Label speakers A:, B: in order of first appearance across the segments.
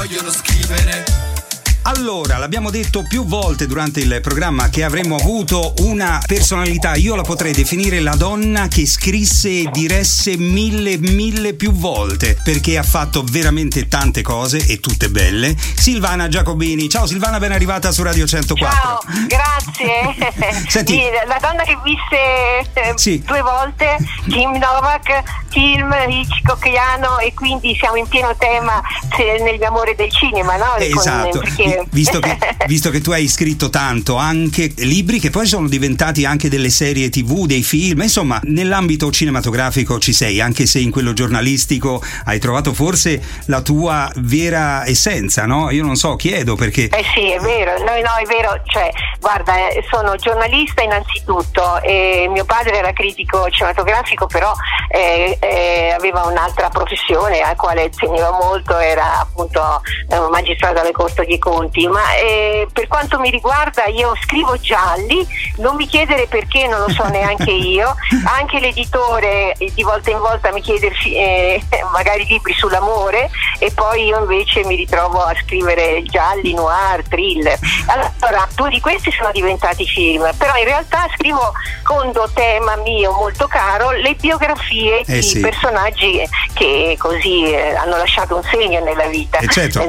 A: vogliono scrivere.
B: Allora, l'abbiamo detto più volte durante il programma che avremmo avuto una personalità, io la potrei definire la donna che scrisse e diresse mille più volte, perché ha fatto veramente tante cose e tutte belle. Silvana Giacobini. Ciao Silvana, ben arrivata su Radio 104.
C: Ciao, grazie.
B: Senti,
C: la donna che visse 2 volte, Kim Novak, film hitchcockiano, e quindi siamo in pieno tema negli amori del cinema, no?
B: Esatto. Visto che tu hai scritto tanto, anche libri che poi sono diventati anche delle serie TV, dei film, insomma nell'ambito cinematografico ci sei, anche se in quello giornalistico hai trovato forse la tua vera essenza, no? Io non so, chiedo perché.
C: Sì, è vero, no, è vero, cioè guarda, sono giornalista innanzitutto, e mio padre era critico cinematografico, però aveva un'altra professione al quale teneva molto, era appunto magistrato alle Corti dei Conti, ma per quanto mi riguarda io scrivo gialli, non mi chiedere perché, non lo so neanche io. Anche l'editore di volta in volta mi chiede magari libri sull'amore, e poi io invece mi ritrovo a scrivere gialli, noir, thriller. Allora, 2 di questi sono diventati film, però in realtà scrivo, secondo tema mio molto caro, le biografie di personaggi che così hanno lasciato un segno nella vita.
B: Certo,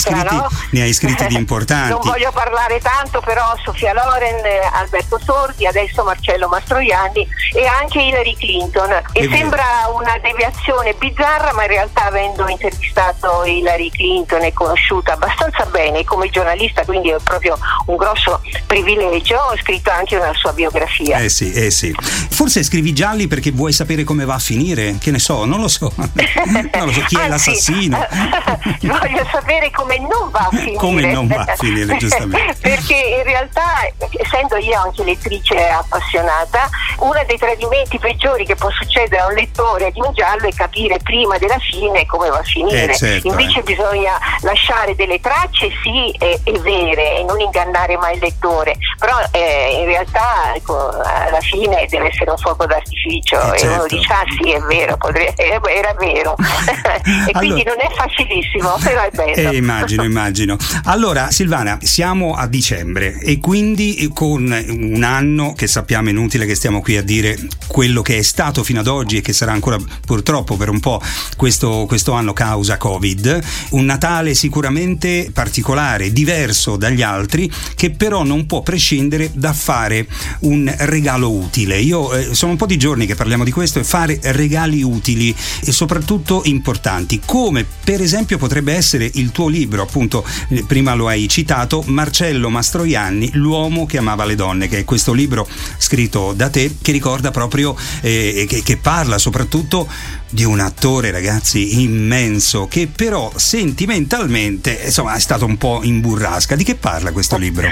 B: ne hai scritti di importanti.
C: Non voglio parlare tanto, però Sofia Loren, Alberto Sordi, adesso Marcello Mastroianni e anche Hillary Clinton. E sembra una deviazione bizzarra, ma in realtà, avendo intervistato Hillary Clinton e conosciuta abbastanza bene come giornalista, quindi è proprio un grosso privilegio, ho scritto anche una sua biografia.
B: Sì. Forse scrivi gialli perché vuoi sapere come va a finire, che ne so, non lo so. Non lo so, chi è l'assassino.
C: Voglio sapere come non va a finire.
B: Come non va a finire, giustamente.
C: Perché in realtà, essendo io anche lettrice appassionata, uno dei tradimenti peggiori che può succedere a un lettore di un giallo è capire prima della fine come va a finire. Invece bisogna lasciare delle tracce vere, e non ingannare mai il lettore, però in realtà alla fine deve essere un fuoco d'artificio, e uno dice sì, è vero, era vero. E quindi non è facilissimo, però è bello.
B: Immagino. Allora Silvana, siamo a dicembre e quindi con un anno che sappiamo, inutile che stiamo qui a dire quello che è stato fino ad oggi e che sarà ancora purtroppo per un po' questo anno causa Covid, un Natale sicuramente particolare, diverso dagli altri, che però non può prescindere da fare un regalo utile. Io sono un po' di giorni che parliamo di questo, e fare regali utili e soprattutto importanti, come per esempio potrebbe essere il tuo libro, appunto prima lo hai citato, Marcello Mastroianni, L'uomo che amava le donne, che è questo libro scritto da te, che ricorda proprio che parla soprattutto di un attore, ragazzi, immenso, che però sentimentalmente insomma è stato un po' in burrasca. Di che parla questo libro?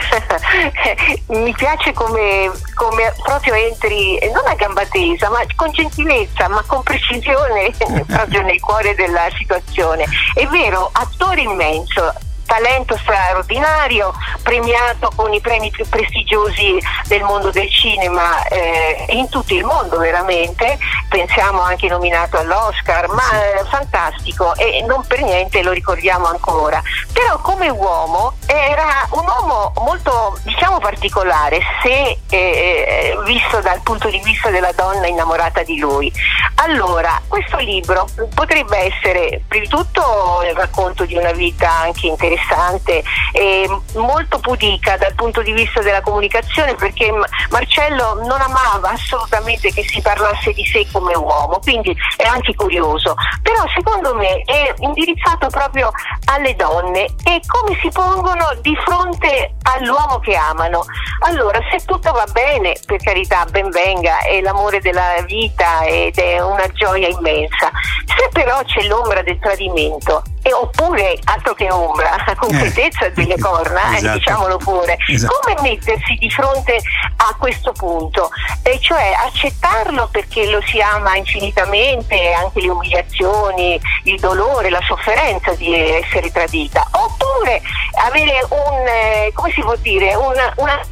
C: Mi piace come proprio entri non a gamba tesa, ma con gentilezza, ma con precisione proprio nel cuore della situazione. È vero, attore immenso, talento straordinario, premiato con i premi più prestigiosi del mondo del cinema, in tutto il mondo veramente, pensiamo anche nominato all'Oscar, ma fantastico, e non per niente lo ricordiamo ancora. Però come uomo era un uomo molto, diciamo, particolare, se visto dal punto di vista della donna innamorata di lui. Allora, questo libro potrebbe essere prima di tutto il racconto di una vita anche interessante e molto pudica dal punto di vista della comunicazione, perché Marcello non amava assolutamente che si parlasse di sé come uomo, quindi è anche curioso, però secondo me è indirizzato proprio alle donne e come si pongono di fronte all'uomo che amano. Allora, se tutto va bene, per carità, ben venga, è l'amore della vita ed è una gioia immensa. Se però c'è l'ombra del tradimento, oppure altro che ombra, concretezza delle corna,
B: esatto.
C: Diciamolo pure, esatto. Come mettersi di fronte a questo punto? E cioè accettarlo perché lo si ama infinitamente, anche le umiliazioni, il dolore, la sofferenza di essere tradita, oppure avere come si può dire, una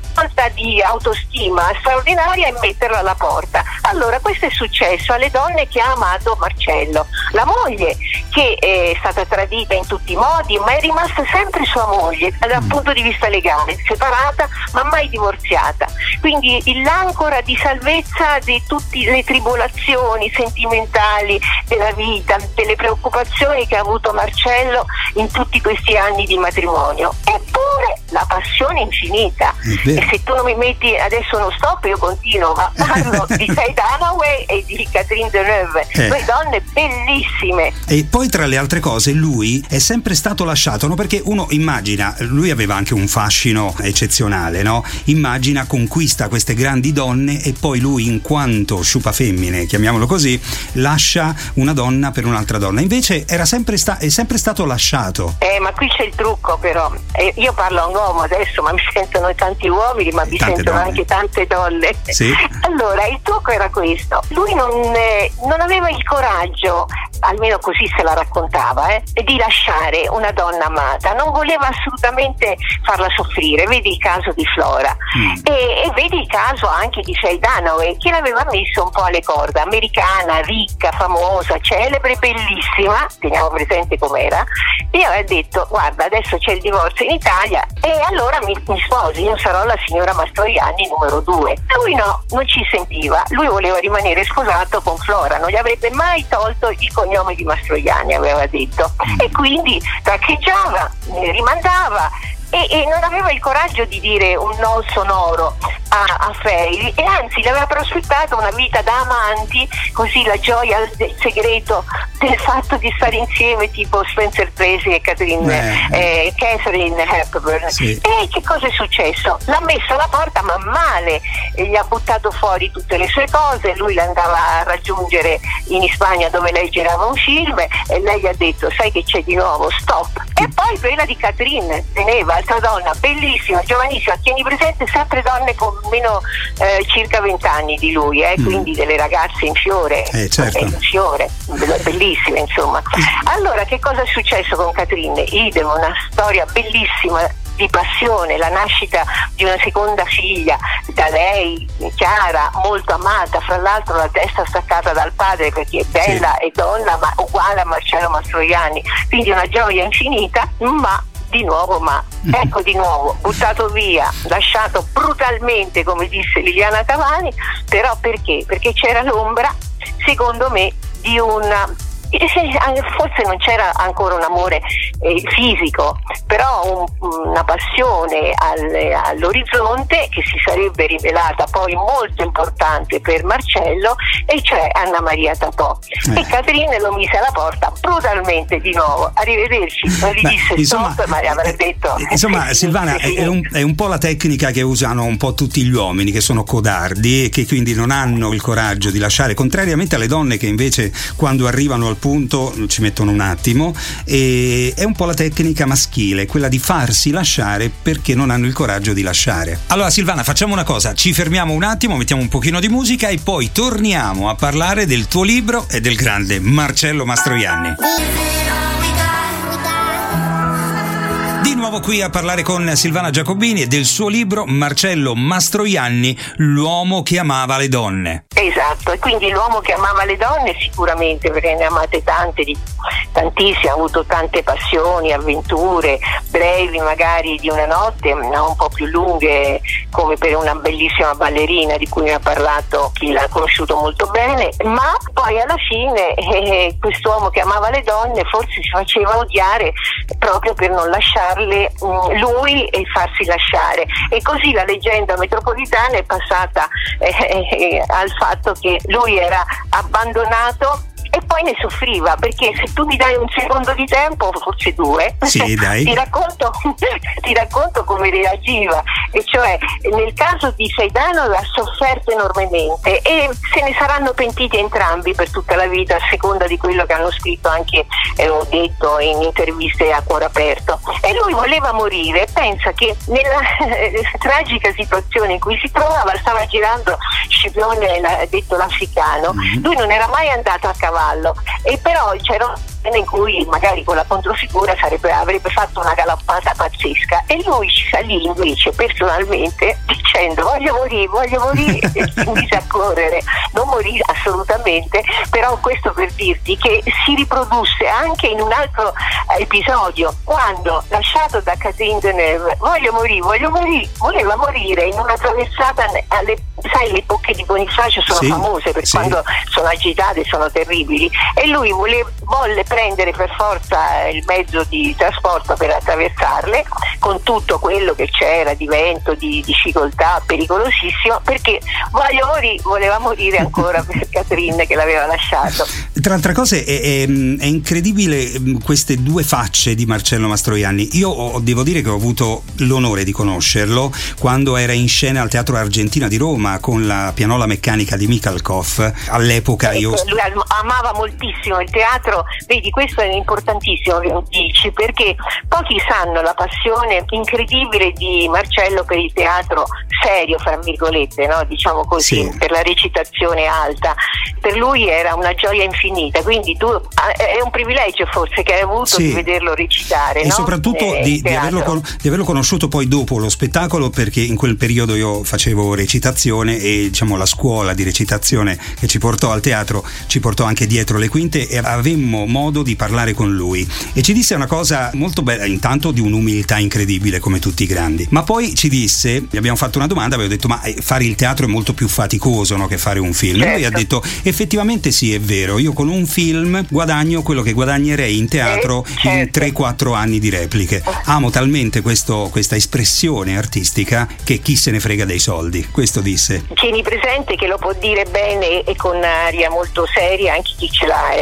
C: di autostima straordinaria e metterla alla porta. Allora questo è successo alle donne che ha amato Marcello, la moglie che è stata tradita in tutti i modi, ma è rimasta sempre sua moglie dal punto di vista legale, separata ma mai divorziata, quindi l'ancora di salvezza di tutte le tribolazioni sentimentali della vita, delle preoccupazioni che ha avuto Marcello in tutti questi anni di matrimonio. Eppure la passione infinita. E se tu non mi metti adesso uno stop, io continuo, ma parlo di Faye Dunaway e di Catherine Deneuve, due donne bellissime.
B: E poi tra le altre cose lui è sempre stato lasciato, no? Perché uno immagina, lui aveva anche un fascino eccezionale, no? Immagina, conquista queste grandi donne e poi lui, in quanto sciupafemmine, chiamiamolo così, lascia una donna per un'altra donna. Invece è sempre stato lasciato.
C: Ma qui c'è il trucco, però. Io parlo a un uomo adesso, ma mi sentono tanti uomini, ma mi sentono anche tante donne.
B: Sì.
C: Allora, il trucco era questo. Lui non aveva il coraggio, almeno così se la raccontava, di lasciare una donna amata. Non voleva assolutamente farla soffrire. Vedi il caso di Flora e vedi il caso anche di Faye Dunaway, che l'aveva messo un po' alle corde. Americana, ricca, famosa, celebre, bellissima, teniamo presente com'era, e aveva detto: guarda, adesso c'è il divorzio in Italia e allora mi sposi, io sarò la signora Mastroianni numero 2. Lui no, non ci sentiva, lui voleva rimanere sposato con Flora, non gli avrebbe mai tolto il cognome di Mastroianni, aveva detto, e quindi traccheggiava, rimandava e non aveva il coraggio di dire un no sonoro a Faye, e anzi le aveva prospettato una vita da amanti, così la gioia del segreto del fatto di stare insieme, tipo Spencer Tracy e Catherine Hepburn. Sì. E che cosa è successo? L'ha messo alla porta, ma male, e gli ha buttato fuori tutte le sue cose. Lui l'andava a raggiungere in Spagna dove lei girava un film e lei gli ha detto: sai che c'è di nuovo, stop. E poi quella di Catherine teneva, altra donna bellissima, giovanissima, tieni presente sempre donne con meno circa 20 anni di lui, quindi delle ragazze in fiore,
B: certo.
C: In fiore, bellissime insomma. Allora che cosa è successo con Catherine? Idem, una storia bellissima di passione, la nascita di una seconda figlia da lei, Chiara, molto amata, fra l'altro la testa staccata dal padre perché è bella e donna, ma uguale a Marcello Mastroianni, quindi una gioia infinita, ma di nuovo, buttato via, lasciato brutalmente, come disse Liliana Cavani. Però perché? Perché c'era l'ombra, secondo me, di forse non c'era ancora un amore fisico, però una passione all'orizzonte che si sarebbe rivelata poi molto importante per Marcello, e cioè Anna Maria Tapò. E Catherine lo mise alla porta brutalmente di nuovo. Arrivederci, non gli disse stop, ma gli avrà detto.
B: Insomma, Silvana, è un po' la tecnica che usano un po' tutti gli uomini, che sono codardi e che quindi non hanno il coraggio di lasciare, contrariamente alle donne che invece quando arrivano al punto ci mettono un attimo. E è un po' la tecnica maschile, quella di farsi lasciare perché non hanno il coraggio di lasciare. Allora Silvana, facciamo una cosa, ci fermiamo un attimo, mettiamo un pochino di musica e poi torniamo a parlare del tuo libro e del grande Marcello Mastroianni. Di nuovo qui a parlare con Silvana Giacobini e del suo libro Marcello Mastroianni, l'uomo che amava le donne.
C: Esatto, e quindi l'uomo che amava le donne sicuramente, perché ne ha amate tantissime, ha avuto tante passioni, avventure brevi magari di una notte, ma un po' più lunghe, come per una bellissima ballerina di cui mi ha parlato chi l'ha conosciuto molto bene, ma poi alla fine quest'uomo che amava le donne forse si faceva odiare proprio per non lasciarle lui e farsi lasciare, e così la leggenda metropolitana è passata al fatto che lui era abbandonato e poi ne soffriva, perché se tu mi dai un secondo di tempo, forse 2,
B: sì, dai.
C: ti racconto come reagiva, e cioè nel caso di Faye Dunaway ha sofferto enormemente e se ne saranno pentiti entrambi per tutta la vita, a seconda di quello che hanno scritto anche ho detto in interviste a cuore aperto. E lui voleva morire, pensa che nella tragica situazione in cui si trovava, stava girando Scipione, detto l'Africano, lui non era mai andato a cavallo, e però c'era in cui magari con la controfigura avrebbe fatto una galoppata pazzesca, e lui ci salì invece personalmente dicendo voglio morire e si mise a correre. Non morì assolutamente, però questo per dirti che si riprodusse anche in un altro episodio, quando, lasciato da Catherine Deneuve, voleva morire in una traversata sai, le bocche di Bonifacio sono famose per quando sono agitate, sono terribili, e lui volle prendere per forza il mezzo di trasporto per attraversarle, con tutto quello che c'era di vento, di difficoltà, pericolosissimo, perché voleva morire ancora per Catherine che l'aveva lasciato.
B: Tra altre cose è incredibile queste due facce di Marcello Mastroianni. Io devo dire che ho avuto l'onore di conoscerlo quando era in scena al Teatro Argentina di Roma con la pianola meccanica di Mikhalkov. All'epoca
C: lui amava moltissimo il teatro. Vedi, questo è importantissimo che lo dici, perché pochi sanno la passione incredibile di Marcello per il teatro serio, fra virgolette, no? Diciamo così, per la recitazione alta. Per lui era una gioia infinita, quindi è un privilegio forse che hai avuto di vederlo recitare,
B: e
C: no?
B: Soprattutto di averlo conosciuto poi dopo lo spettacolo, perché in quel periodo io facevo recitazione e diciamo la scuola di recitazione che ci portò al teatro ci portò anche dietro le quinte, e avemmo modo di parlare con lui e ci disse una cosa molto bella, intanto di un'umiltà incredibile come tutti i grandi, ma poi ci disse, gli abbiamo fatto una domanda, avevo detto ma fare il teatro è molto più faticoso, no, che fare un film, e lui ha detto effettivamente sì, è vero, io con un film guadagno quello che guadagnerei in teatro in 3-4 anni di repliche. Amo talmente questa espressione artistica che chi se ne frega dei soldi, questo disse.
C: Tieni presente che lo può dire bene e con aria molto seria anche chi ce l'ha,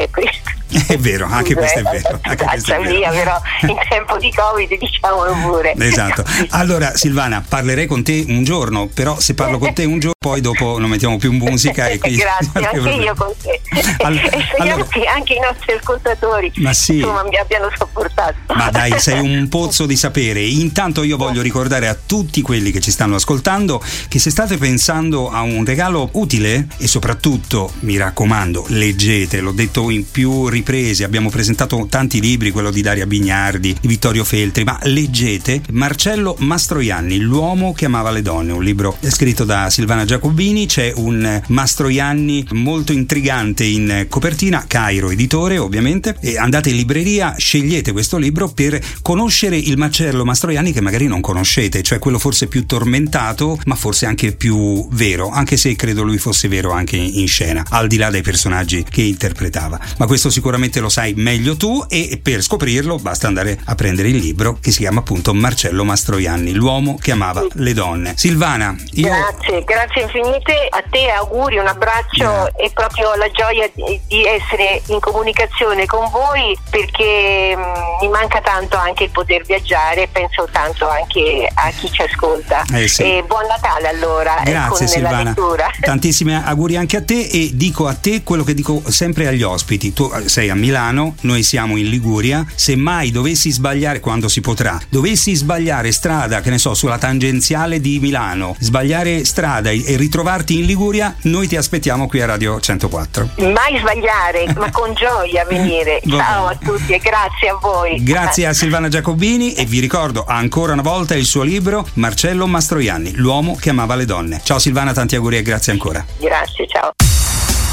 B: È vero, anche questo è vero.
C: Via, però in tempo di Covid diciamolo pure.
B: Esatto. Allora Silvana, parlerei con te un giorno, però se parlo con te un giorno poi dopo non mettiamo più musica e quindi
C: grazie, anche io con te. E speriamo che anche i nostri ascoltatori insomma mi abbiano sopportato.
B: Ma dai, sei un pozzo di sapere. Intanto io voglio ricordare a tutti quelli che ci stanno ascoltando che se state pensando a un regalo utile, e soprattutto mi raccomando leggete, l'ho detto in più riprese, abbiamo presentato tanti libri, quello di Daria Bignardi, di Vittorio Feltri, ma leggete Marcello Mastroianni, L'uomo che amava le donne, un libro scritto da Silvana Giacobini. C'è un Mastroianni molto intrigante in copertina, Cairo editore ovviamente, e andate in libreria, scegliete questo libro per conoscere il Marcello Mastroianni che magari non conoscete, cioè quello forse più tormentato ma forse anche più vero, anche se credo lui fosse vero anche in scena, al di là dei personaggi che interpretava, ma questo sicuramente lo sai meglio tu, e per scoprirlo basta andare a prendere il libro che si chiama appunto Marcello Mastroianni, L'uomo che amava le donne. Silvana,
C: grazie infinite a te, auguri, un abbraccio e proprio la gioia di essere in comunicazione con voi, perché mi manca tanto anche il poter viaggiare, penso tanto anche a chi ci ascolta. E buon Natale allora.
B: Grazie Silvana, tantissimi auguri anche a te, e dico a te quello che dico sempre agli ospiti: tu sei a Milano, noi siamo in Liguria, se mai dovessi sbagliare, quando si potrà, dovessi sbagliare strada, che ne so, sulla tangenziale di Milano, sbagliare strada e ritrovarti in Liguria, noi ti aspettiamo qui a Radio 104.
C: Mai sbagliare, ma con gioia venire. Ciao a tutti e grazie a voi.
B: Grazie a Silvana Giacobini, e vi ricordo ancora una volta il suo libro Marcello Mastroianni, L'uomo che amava le donne. Ciao Silvana, tanti auguri e grazie ancora.
C: Grazie, ciao.